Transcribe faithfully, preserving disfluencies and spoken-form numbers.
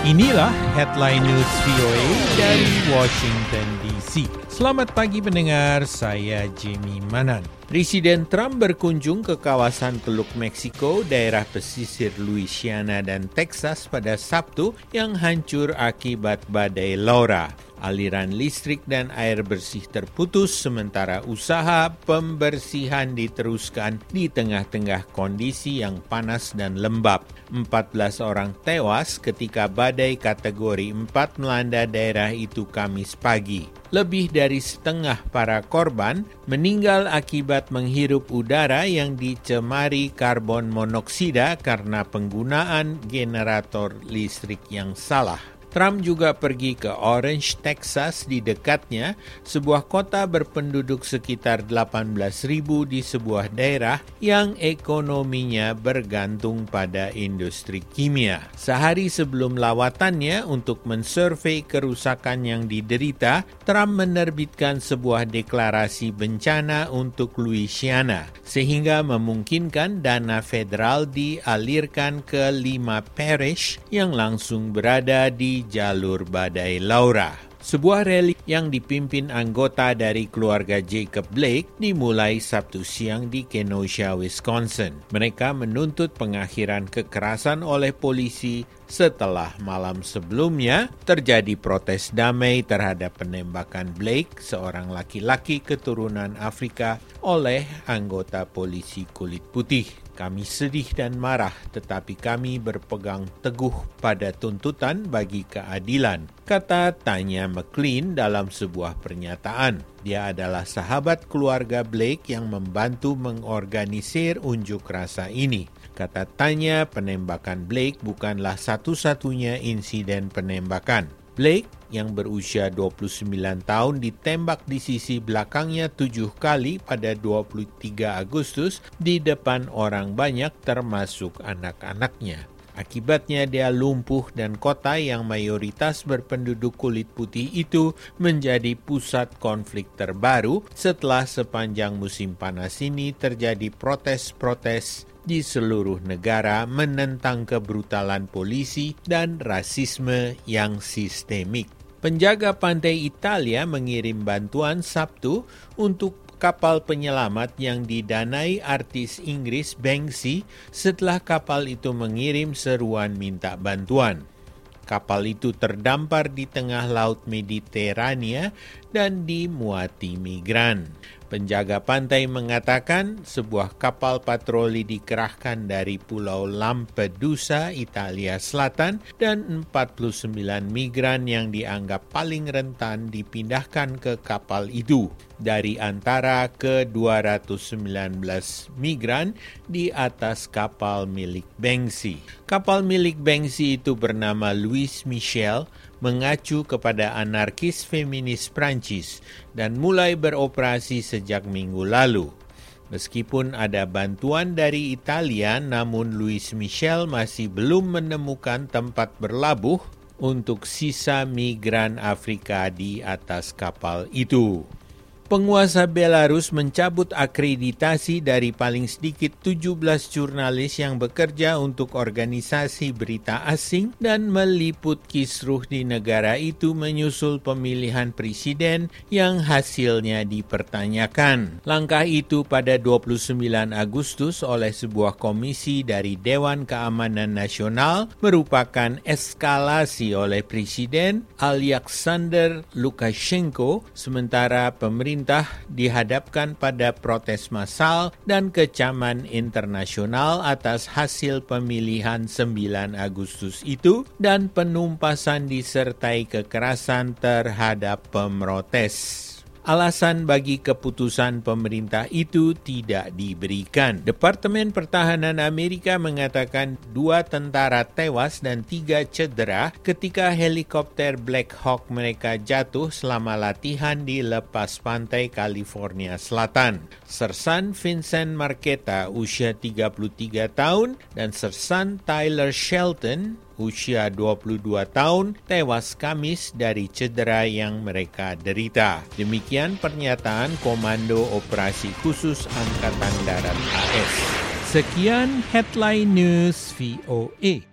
Inilah Headline News V O A dari Washington D C. Selamat pagi pendengar, saya Jimmy Manan. Presiden Trump berkunjung ke kawasan Teluk Meksiko, daerah pesisir Louisiana dan Texas pada Sabtu yang hancur akibat badai Laura. Aliran listrik dan air bersih terputus sementara usaha pembersihan diteruskan di tengah-tengah kondisi yang panas dan lembab. empat belas orang tewas ketika badai kategori empat melanda daerah itu Kamis pagi. Lebih dari setengah para korban meninggal akibat menghirup udara yang dicemari karbon monoksida karena penggunaan generator listrik yang salah. Trump juga pergi ke Orange, Texas di dekatnya, sebuah kota berpenduduk sekitar delapan belas ribu di sebuah daerah yang ekonominya bergantung pada industri kimia. Sehari sebelum lawatannya untuk mensurvei kerusakan yang diderita, Trump menerbitkan sebuah deklarasi bencana untuk Louisiana, sehingga memungkinkan dana federal dialirkan ke lima parish yang langsung berada di jalur badai Laura. Sebuah rally yang dipimpin anggota dari keluarga Jacob Blake dimulai Sabtu siang di Kenosha, Wisconsin. Mereka menuntut pengakhiran kekerasan oleh polisi setelah malam sebelumnya terjadi protes damai terhadap penembakan Blake, seorang laki-laki keturunan Afrika, oleh anggota polisi kulit putih. Kami sedih dan marah, tetapi kami berpegang teguh pada tuntutan bagi keadilan, kata Tanya McLean dalam sebuah pernyataan. Dia adalah sahabat keluarga Blake yang membantu mengorganisir unjuk rasa ini. Kata Tanya, penembakan Blake bukanlah satu-satunya insiden penembakan. Blake yang berusia dua puluh sembilan tahun ditembak di sisi belakangnya tujuh kali pada dua puluh tiga Agustus di depan orang banyak termasuk anak-anaknya. Akibatnya dia lumpuh dan kota yang mayoritas berpenduduk kulit putih itu menjadi pusat konflik terbaru setelah sepanjang musim panas ini terjadi protes-protes di seluruh negara menentang kebrutalan polisi dan rasisme yang sistemik. Penjaga pantai Italia mengirim bantuan Sabtu untuk kapal penyelamat yang didanai artis Inggris Banksy setelah kapal itu mengirim seruan minta bantuan. Kapal itu terdampar di tengah Laut Mediterania dan dimuati migran. Penjaga pantai mengatakan sebuah kapal patroli dikerahkan dari Pulau Lampedusa, Italia Selatan, dan empat puluh sembilan migran yang dianggap paling rentan dipindahkan ke kapal itu dari antara ke dua ratus sembilan belas migran di atas kapal milik Banksy. Kapal milik Banksy itu bernama Louis Michel, mengacu kepada anarkis feminis Prancis dan mulai beroperasi sejak minggu lalu. Meskipun ada bantuan dari Italia, namun Louis Michel masih belum menemukan tempat berlabuh untuk sisa migran Afrika di atas kapal itu. Penguasa Belarus mencabut akreditasi dari paling sedikit tujuh belas jurnalis yang bekerja untuk organisasi berita asing dan meliput kisruh di negara itu menyusul pemilihan presiden yang hasilnya dipertanyakan. Langkah itu pada dua puluh sembilan Agustus oleh sebuah komisi dari Dewan Keamanan Nasional merupakan eskalasi oleh Presiden Alexander Lukashenko, sementara pemerintah dihadapkan pada protes massal dan kecaman internasional atas hasil pemilihan sembilan Agustus itu dan penumpasan disertai kekerasan terhadap pemrotes. Alasan bagi keputusan pemerintah itu tidak diberikan. Departemen Pertahanan Amerika mengatakan dua tentara tewas dan tiga cedera ketika helikopter Black Hawk mereka jatuh selama latihan di lepas pantai California Selatan. Sersan Vincent Marqueta, usia tiga puluh tiga tahun, dan Sersan Tyler Shelton, usia dua puluh dua tahun, tewas Kamis dari cedera yang mereka derita. Demikian pernyataan Komando Operasi Khusus Angkatan Darat A S. Sekian Headline News V O A.